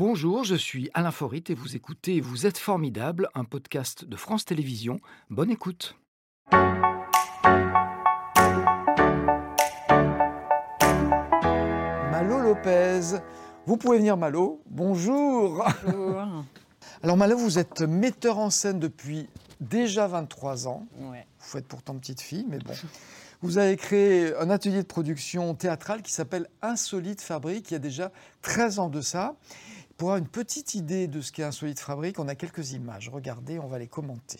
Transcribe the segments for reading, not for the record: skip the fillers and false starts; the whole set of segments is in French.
Bonjour, je suis Alain Forit et vous écoutez Vous êtes formidable, un podcast de France Télévisions. Bonne écoute. Malo Lopez. Vous pouvez venir, Malo. Bonjour. Bonjour. Alors Malo, vous êtes metteur en scène depuis déjà 23 ans. Ouais. Vous êtes pourtant petite fille, mais bon. Vous avez créé un atelier de production théâtrale qui s'appelle Insolite Fabrique, il y a déjà 13 ans de ça. Pour avoir une petite idée de ce qu'est Insolite Fabrique, on a quelques images. Regardez, on va les commenter.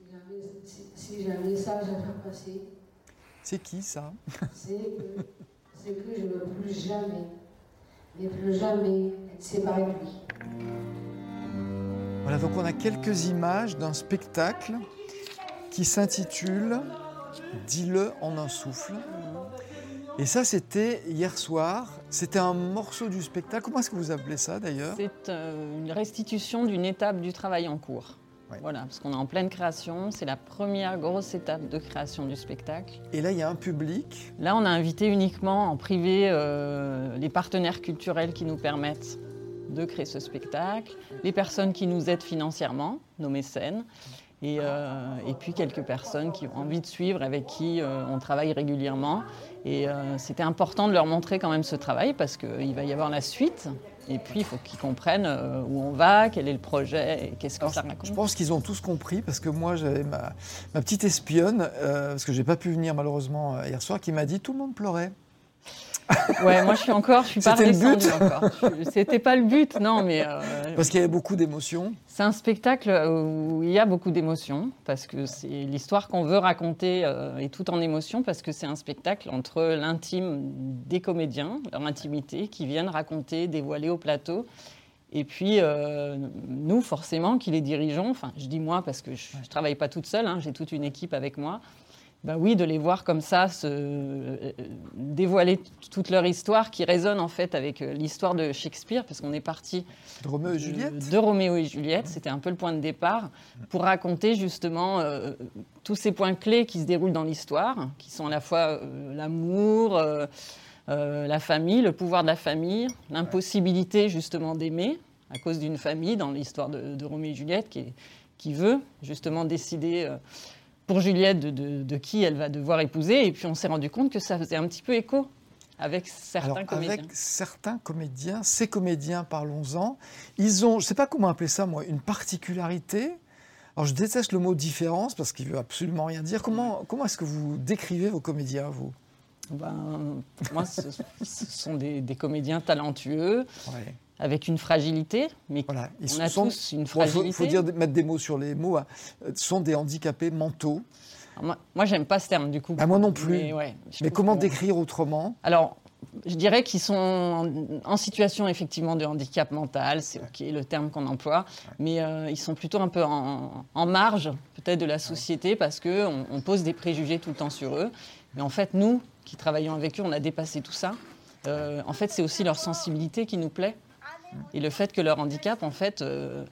Si j'ai un message à faire passer, C'est qui ça? c'est que je ne veux plus jamais, mais plus jamais être séparée de lui. Voilà, donc on a quelques images d'un spectacle qui s'intitule « Dis-le en un souffle ». Et ça, c'était hier soir. C'était un morceau du spectacle. Comment est-ce que vous appelez ça, d'ailleurs? C'est une restitution d'une étape du travail en cours. Ouais. Voilà, parce qu'on est en pleine création. C'est la première grosse étape de création du spectacle. Et là, il y a un public. Là, on a invité uniquement en privé les partenaires culturels qui nous permettent de créer ce spectacle, les personnes qui nous aident financièrement, nos mécènes, et puis quelques personnes qui ont envie de suivre, avec qui on travaille régulièrement. Et c'était important de leur montrer quand même ce travail parce qu'il va y avoir la suite. Et puis il faut qu'ils comprennent où on va, quel est le projet et qu'est-ce que ça raconte. Je pense qu'ils ont tous compris parce que moi j'avais ma petite espionne, parce que je n'ai pas pu venir malheureusement hier soir, qui m'a dit tout le monde pleurait. Ouais, moi je suis pas redescendue encore. C'était pas le but, non, mais... Parce qu'il y avait beaucoup d'émotions. C'est un spectacle où il y a beaucoup d'émotions, parce que c'est l'histoire qu'on veut raconter est tout en émotion, parce que c'est un spectacle entre l'intime des comédiens, leur intimité, qui viennent raconter, dévoiler au plateau, et puis nous, forcément, qui les dirigeons, enfin je dis moi parce que je travaille pas toute seule, hein, j'ai toute une équipe avec moi. Ben oui, de les voir comme ça, dévoiler toute leur histoire qui résonne en fait avec l'histoire de Shakespeare, parce qu'on est parti de Roméo et Juliette. De Roméo et Juliette, c'était un peu le point de départ, pour raconter justement tous ces points clés qui se déroulent dans l'histoire, qui sont à la fois l'amour, la famille, le pouvoir de la famille, l'impossibilité justement d'aimer à cause d'une famille dans l'histoire de Roméo et Juliette qui veut justement décider... pour Juliette de qui elle va devoir épouser. Et puis on s'est rendu compte que ça faisait un petit peu écho avec certains comédiens. Avec certains comédiens, ces comédiens, parlons-en, ils ont, je ne sais pas comment appeler ça moi, une particularité. Alors je déteste le mot différence parce qu'il ne veut absolument rien dire. Comment est-ce que vous décrivez vos comédiens, vous? Moi, ce sont des comédiens talentueux. Ouais. Avec une fragilité, mais voilà, on a tous une fragilité. Il faut dire, mettre des mots sur les mots. Hein. Ce sont des handicapés mentaux. Alors moi, j'aime pas ce terme, du coup. Moi non plus. Mais comment décrire autrement? Alors, je dirais qu'ils sont en situation, effectivement, de handicap mental. C'est OK, le terme qu'on emploie. Mais ils sont plutôt un peu en marge, peut-être, de la société, parce qu'on pose des préjugés tout le temps sur eux. Mais en fait, nous, qui travaillons avec eux, on a dépassé tout ça. En fait, c'est aussi leur sensibilité qui nous plaît. Et le fait que leur handicap, en fait,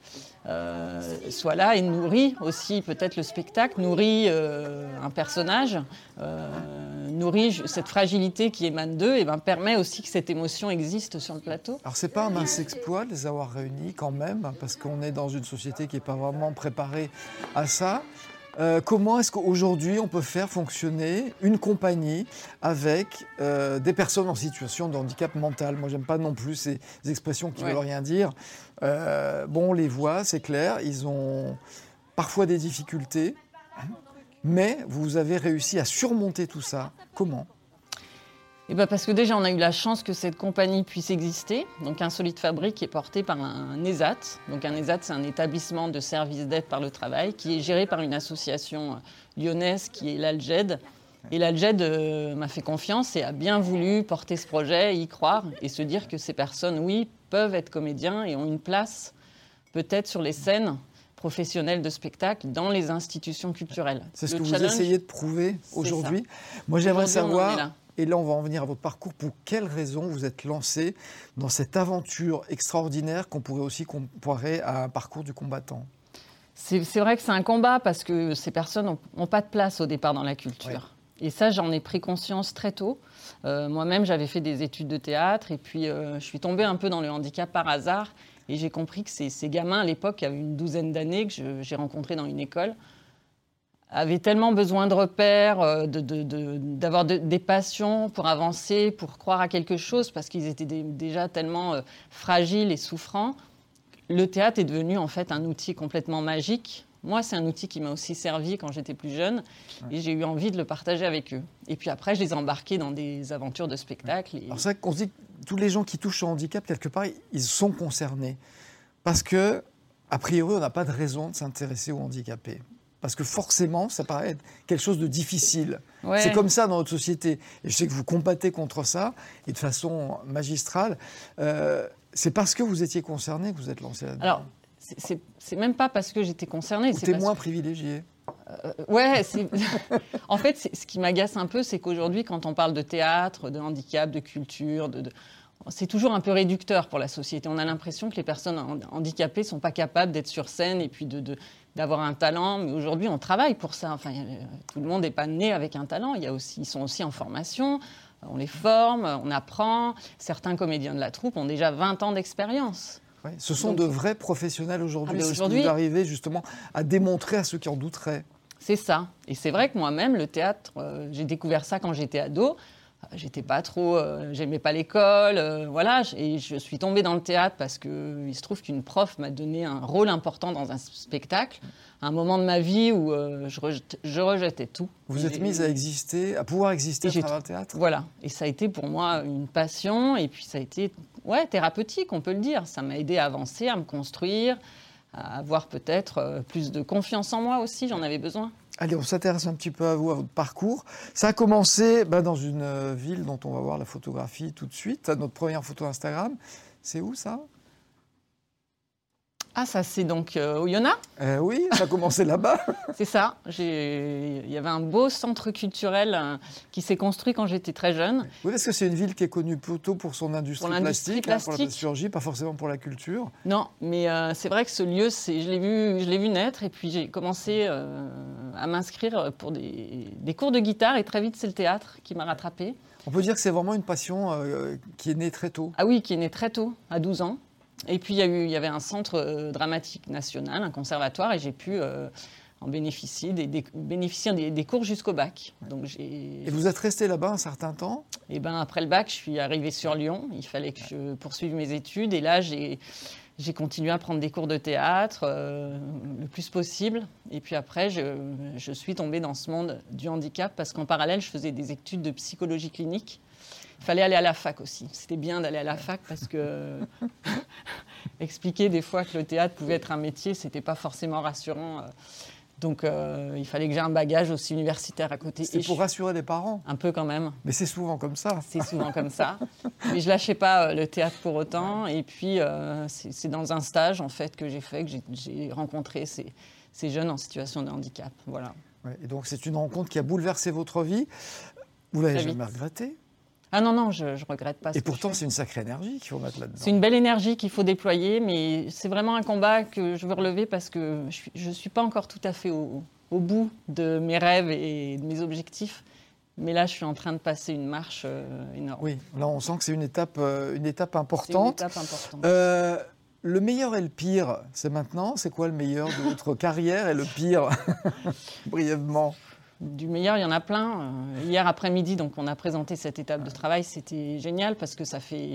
soit là et nourrit aussi peut-être le spectacle, nourrit un personnage, nourrit cette fragilité qui émane d'eux, et permet aussi que cette émotion existe sur le plateau. Alors c'est pas un mince exploit de les avoir réunis quand même, parce qu'on est dans une société qui n'est pas vraiment préparée à ça. Comment est-ce qu'aujourd'hui on peut faire fonctionner une compagnie avec des personnes en situation de handicap mental? Moi, j'aime pas non plus ces expressions qui ne veulent rien dire. On les voit, c'est clair, ils ont parfois des difficultés, mais vous avez réussi à surmonter tout ça. Comment? Parce que déjà, on a eu la chance que cette compagnie puisse exister. Donc, Insolite Fabrique qui est porté par un ESAT. Donc, un ESAT, c'est un établissement de services d'aide par le travail qui est géré par une association lyonnaise qui est l'Alged. Et l'Alged m'a fait confiance et a bien voulu porter ce projet, y croire et se dire que ces personnes, oui, peuvent être comédiens et ont une place peut-être sur les scènes professionnels de spectacle dans les institutions culturelles. C'est ce que vous essayez de prouver aujourd'hui. Moi, j'aimerais savoir... Et là, on va en venir à votre parcours. Pour quelles raisons vous êtes lancé dans cette aventure extraordinaire qu'on pourrait aussi comparer à un parcours du combattant? C'est vrai que c'est un combat parce que ces personnes n'ont pas de place au départ dans la culture. Et ça, j'en ai pris conscience très tôt. Moi-même, j'avais fait des études de théâtre et puis je suis tombée un peu dans le handicap par hasard. Et j'ai compris que ces gamins, à l'époque, qui avaient une douzaine d'années, que j'ai rencontrés dans une école, avaient tellement besoin de repères, d'avoir des passions pour avancer, pour croire à quelque chose, parce qu'ils étaient déjà tellement fragiles et souffrants. Le théâtre est devenu en fait un outil complètement magique. Moi, c'est un outil qui m'a aussi servi quand j'étais plus jeune et j'ai eu envie de le partager avec eux. Et puis après, je les ai embarqués dans des aventures de spectacle. Et... Alors c'est vrai qu'on se dit que tous les gens qui touchent au handicap, quelque part, ils sont concernés. Parce que, a priori, on n'a pas de raison de s'intéresser aux handicapés. Parce que forcément, ça paraît être quelque chose de difficile. Ouais. C'est comme ça dans notre société. Et je sais que vous combattez contre ça, et de façon magistrale. C'est parce que vous étiez concerné que vous êtes lancé là-dedans. Alors, c'est même pas parce que j'étais concernée. Ou témoin privilégié. Ouais, en fait, ce qui m'agace un peu, c'est qu'aujourd'hui, quand on parle de théâtre, de handicap, de culture, c'est toujours un peu réducteur pour la société. On a l'impression que les personnes handicapées ne sont pas capables d'être sur scène et puis d'avoir un talent. Mais aujourd'hui, on travaille pour ça. Enfin, tout le monde n'est pas né avec un talent. Ils sont aussi en formation. On les forme, on apprend. Certains comédiens de la troupe ont déjà 20 ans d'expérience. Ouais, ce sont de vrais professionnels aujourd'hui. C'est aujourd'hui, ce que vous arrivez justement à démontrer à ceux qui en douteraient. C'est ça. Et c'est vrai que moi-même, le théâtre, j'ai découvert ça quand j'étais ado. J'étais pas trop, j'aimais pas l'école, voilà. Et je suis tombée dans le théâtre parce que il se trouve qu'une prof m'a donné un rôle important dans un spectacle, à un moment de ma vie où je rejetais tout. Vous êtes mise à exister, à pouvoir exister à travers le théâtre. Voilà. Et ça a été pour moi une passion. Et puis ça a été, thérapeutique, on peut le dire. Ça m'a aidé à avancer, à me construire, à avoir peut-être plus de confiance en moi aussi. J'en avais besoin. Allez, on s'intéresse un petit peu à vous, à votre parcours. Ça a commencé dans une ville dont on va voir la photographie tout de suite. Notre première photo Instagram. C'est où ça ? Ah, ça c'est donc au Yona ? Oui, ça a commencé là-bas. C'est ça. Il y avait un beau centre culturel qui s'est construit quand j'étais très jeune. Oui, parce que c'est une ville qui est connue plutôt pour son industrie plastique, pour la plasturgie, pas forcément pour la culture. Non, mais c'est vrai que ce lieu, je l'ai vu naître et puis j'ai commencé à m'inscrire pour des cours de guitare et très vite c'est le théâtre qui m'a rattrapée. On peut dire que c'est vraiment une passion qui est née très tôt. Ah oui, qui est née très tôt, à 12 ans. Et puis il y avait un centre dramatique national, un conservatoire, et j'ai pu en bénéficier des cours jusqu'au bac. Donc et vous êtes resté là-bas un certain temps ? Et après le bac, je suis arrivée sur Lyon. Il fallait que je poursuive mes études. Et là, j'ai continué à prendre des cours de théâtre le plus possible. Et puis après, je suis tombée dans ce monde du handicap parce qu'en parallèle, je faisais des études de psychologie clinique. Il fallait aller à la fac aussi. C'était bien d'aller à la fac parce que expliquer des fois que le théâtre pouvait être un métier, c'était pas forcément rassurant. Donc il fallait que j'ai un bagage aussi universitaire à côté. C'était pour rassurer les parents ? Un peu quand même. Mais c'est souvent comme ça. C'est souvent comme ça. Mais je lâchais pas le théâtre pour autant. Et puis c'est dans un stage en fait que j'ai rencontré ces jeunes en situation de handicap. Voilà. Ouais, et donc c'est une rencontre qui a bouleversé votre vie. Vous l'avez jamais regretté ? Ah non, je regrette pas. Et pourtant, c'est une sacrée énergie qu'il faut mettre là-dedans. C'est une belle énergie qu'il faut déployer, mais c'est vraiment un combat que je veux relever parce que je ne suis pas encore tout à fait au bout de mes rêves et de mes objectifs. Mais là, je suis en train de passer une marche énorme. Oui, là, on sent que c'est une étape importante. C'est une étape importante. Le meilleur et le pire, c'est maintenant. C'est quoi le meilleur de votre carrière et le pire, brièvement ? Du meilleur, il y en a plein. Hier après-midi, donc, on a présenté cette étape de travail. C'était génial parce que ça fait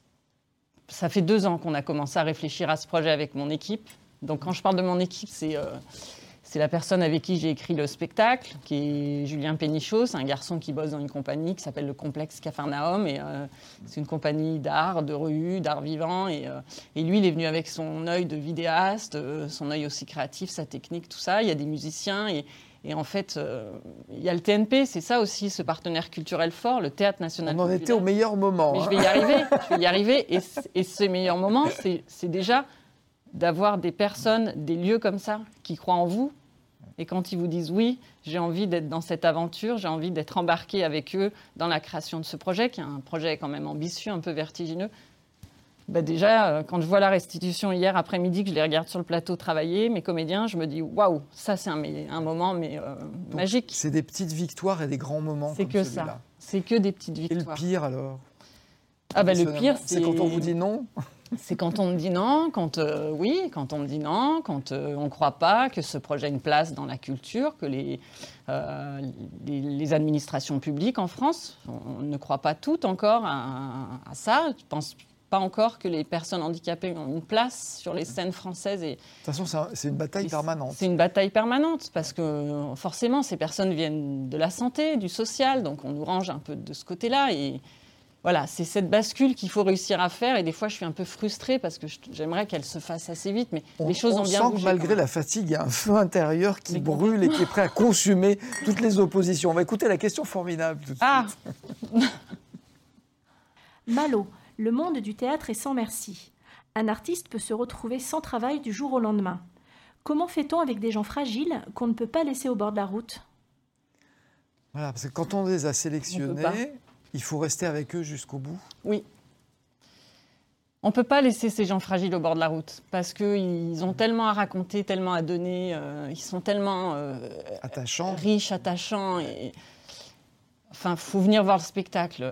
2 ans qu'on a commencé à réfléchir à ce projet avec mon équipe. Donc, quand je parle de mon équipe, c'est la personne avec qui j'ai écrit le spectacle, qui est Julien Pénichot. C'est un garçon qui bosse dans une compagnie qui s'appelle le Complexe Capharnaüm. Et c'est une compagnie d'art, de rue, d'art vivant. Et lui, il est venu avec son œil de vidéaste, son œil aussi créatif, sa technique, tout ça. Il y a des musiciens et en fait, il y a le TNP, c'est ça aussi, ce partenaire culturel fort, le Théâtre National Populaire. On en était au meilleur moment. Mais je vais y arriver. Et ces meilleurs moments, c'est déjà d'avoir des personnes, des lieux comme ça, qui croient en vous. Et quand ils vous disent oui, j'ai envie d'être dans cette aventure, j'ai envie d'être embarqué avec eux dans la création de ce projet, qui est un projet quand même ambitieux, un peu vertigineux. Déjà, quand je vois la restitution hier après-midi, que je les regarde sur le plateau travailler, mes comédiens, je me dis waouh, ça c'est un moment magique. C'est des petites victoires et des grands moments C'est comme que celui-là. ça. C'est que des petites Et victoires. le pire alors? Le pire, c'est quand on vous dit non? C'est quand on me dit non, quand on me dit non, quand on ne croit pas que ce projet a une place dans la culture, que les administrations publiques en France, on ne croit pas toutes encore à ça. Je ne pense pas encore que les personnes handicapées ont une place sur les scènes françaises. Et, de toute façon, c'est une bataille permanente. C'est une bataille permanente parce que forcément, ces personnes viennent de la santé, du social, donc on nous range un peu de ce côté-là. Et voilà, c'est cette bascule qu'il faut réussir à faire. Et des fois, je suis un peu frustrée parce que j'aimerais qu'elle se fasse assez vite, mais les choses ont bien bougé. On sent que malgré la fatigue, il y a un feu intérieur qui brûle et qui est prêt à consumer toutes les oppositions. On va écouter la question formidable tout de suite. Malo, le monde du théâtre est sans merci. Un artiste peut se retrouver sans travail du jour au lendemain. Comment fait-on avec des gens fragiles qu'on ne peut pas laisser au bord de la route? Voilà, parce que quand on les a sélectionnés, il faut rester avec eux jusqu'au bout. Oui. On ne peut pas laisser ces gens fragiles au bord de la route parce qu'ils ont tellement à raconter, tellement à donner, ils sont tellement riches, attachants. Enfin, il faut venir voir le spectacle.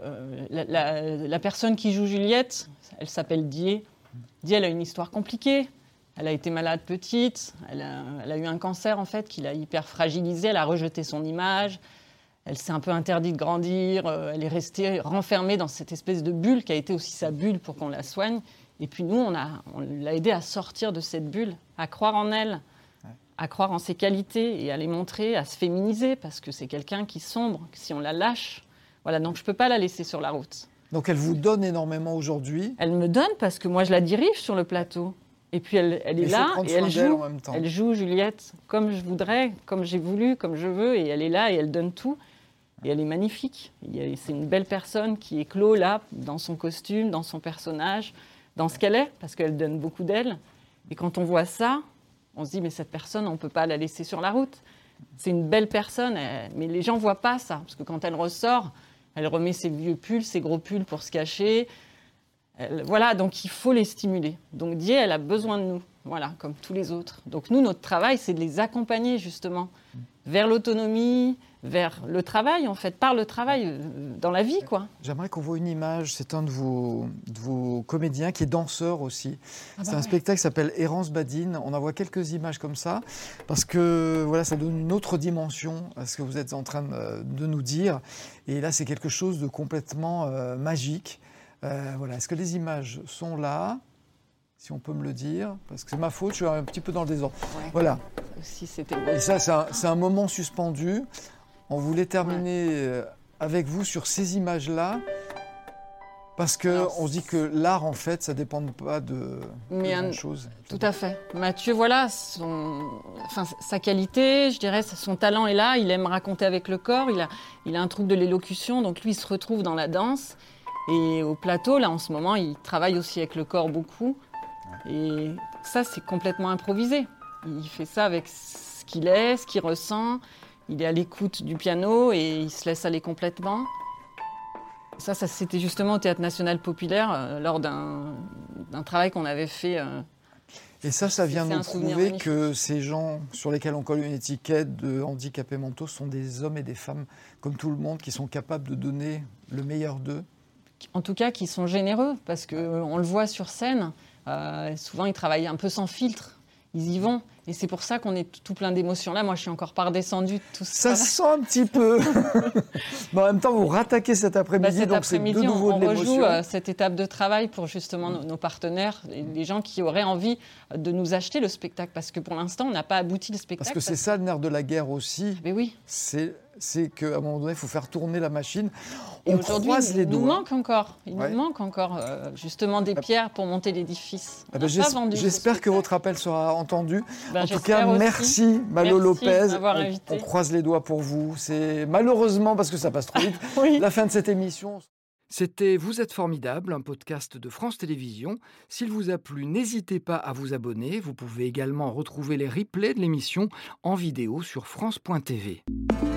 La personne qui joue Juliette, elle s'appelle Die. Die, elle a une histoire compliquée. Elle a été malade petite. Elle a eu un cancer, en fait, qui l'a hyper fragilisée. Elle a rejeté son image. Elle s'est un peu interdite de grandir. Elle est restée renfermée dans cette espèce de bulle qui a été aussi sa bulle pour qu'on la soigne. Et puis nous, on l'a aidée à sortir de cette bulle, à croire en elle, à croire en ses qualités et à les montrer, à se féminiser, parce que c'est quelqu'un qui sombre, si on la lâche. Voilà, donc je ne peux pas la laisser sur la route. Donc elle vous donne énormément aujourd'hui? Elle me donne parce que moi, je la dirige sur le plateau. Et puis elle est là et elle joue Juliette comme je voudrais, comme j'ai voulu, comme je veux. Et elle est là et elle donne tout. Et elle est magnifique. C'est une belle personne qui est clos là, dans son costume, dans son personnage, dans ce qu'elle est, parce qu'elle donne beaucoup d'elle. Et quand on voit ça, on se dit, mais cette personne, on ne peut pas la laisser sur la route. C'est une belle personne, mais les gens ne voient pas ça. Parce que quand elle ressort, elle remet ses vieux pulls, ses gros pulls pour se cacher. Voilà, donc il faut les stimuler. Donc Die, elle a besoin de nous, voilà, comme tous les autres. Donc nous, notre travail, c'est de les accompagner justement vers l'autonomie, vers le travail, en fait, par le travail, dans la vie, quoi. J'aimerais qu'on voit une image. C'est un de vos comédiens qui est danseur aussi. C'est un spectacle qui s'appelle Errance Badine. On en voit quelques images comme ça, parce que voilà, ça donne une autre dimension à ce que vous êtes en train de nous dire. Et là, c'est quelque chose de complètement magique. Voilà. Est-ce que les images sont là? Si on peut me le dire, parce que c'est ma faute, je suis un petit peu dans le désordre. Ouais. Voilà. Si c'était et ça, c'est un moment suspendu. On voulait terminer avec vous sur ces images-là, parce qu'on se dit que l'art, en fait, ça ne dépend pas de grand-chose. Tout à fait. Mathieu, voilà, sa qualité, je dirais, son talent est là. Il aime raconter avec le corps, il a un truc de l'élocution, donc lui, il se retrouve dans la danse. Et au plateau, là, en ce moment, il travaille aussi avec le corps beaucoup. Et ça, c'est complètement improvisé. Il fait ça avec ce qu'il est, ce qu'il ressent. Il est à l'écoute du piano et il se laisse aller complètement. Ça c'était justement au Théâtre National Populaire, lors d'un travail qu'on avait fait. Et ça vient nous prouver que ces gens sur lesquels on colle une étiquette de handicapés mentaux sont des hommes et des femmes, comme tout le monde, qui sont capables de donner le meilleur d'eux. En tout cas, qui sont généreux, parce qu'on le voit sur scène. Souvent, ils travaillent un peu sans filtre. Ils y vont. Et c'est pour ça qu'on est tout plein d'émotions. Là, moi, je suis encore pas redescendue de tout ça. Ça sent un petit peu. Mais en même temps, vous rattaquez cet après-midi. Cet après-midi, on rejoue cette étape de travail pour justement nos partenaires, les gens qui auraient envie de nous acheter le spectacle. Parce que pour l'instant, on n'a pas abouti le spectacle. Parce que c'est ça le nerf de la guerre aussi. Mais oui. C'est qu'à un moment donné, il faut faire tourner la machine. Et aujourd'hui, il nous manque encore. Il nous manque encore justement des pierres pour monter l'édifice. J'espère que votre appel sera entendu. En tout cas, merci Malo Lopez. On croise les doigts pour vous. C'est malheureusement, parce que ça passe trop vite, la fin de cette émission. C'était Vous êtes formidable, un podcast de France Télévisions. S'il vous a plu, n'hésitez pas à vous abonner. Vous pouvez également retrouver les replays de l'émission en vidéo sur France.tv.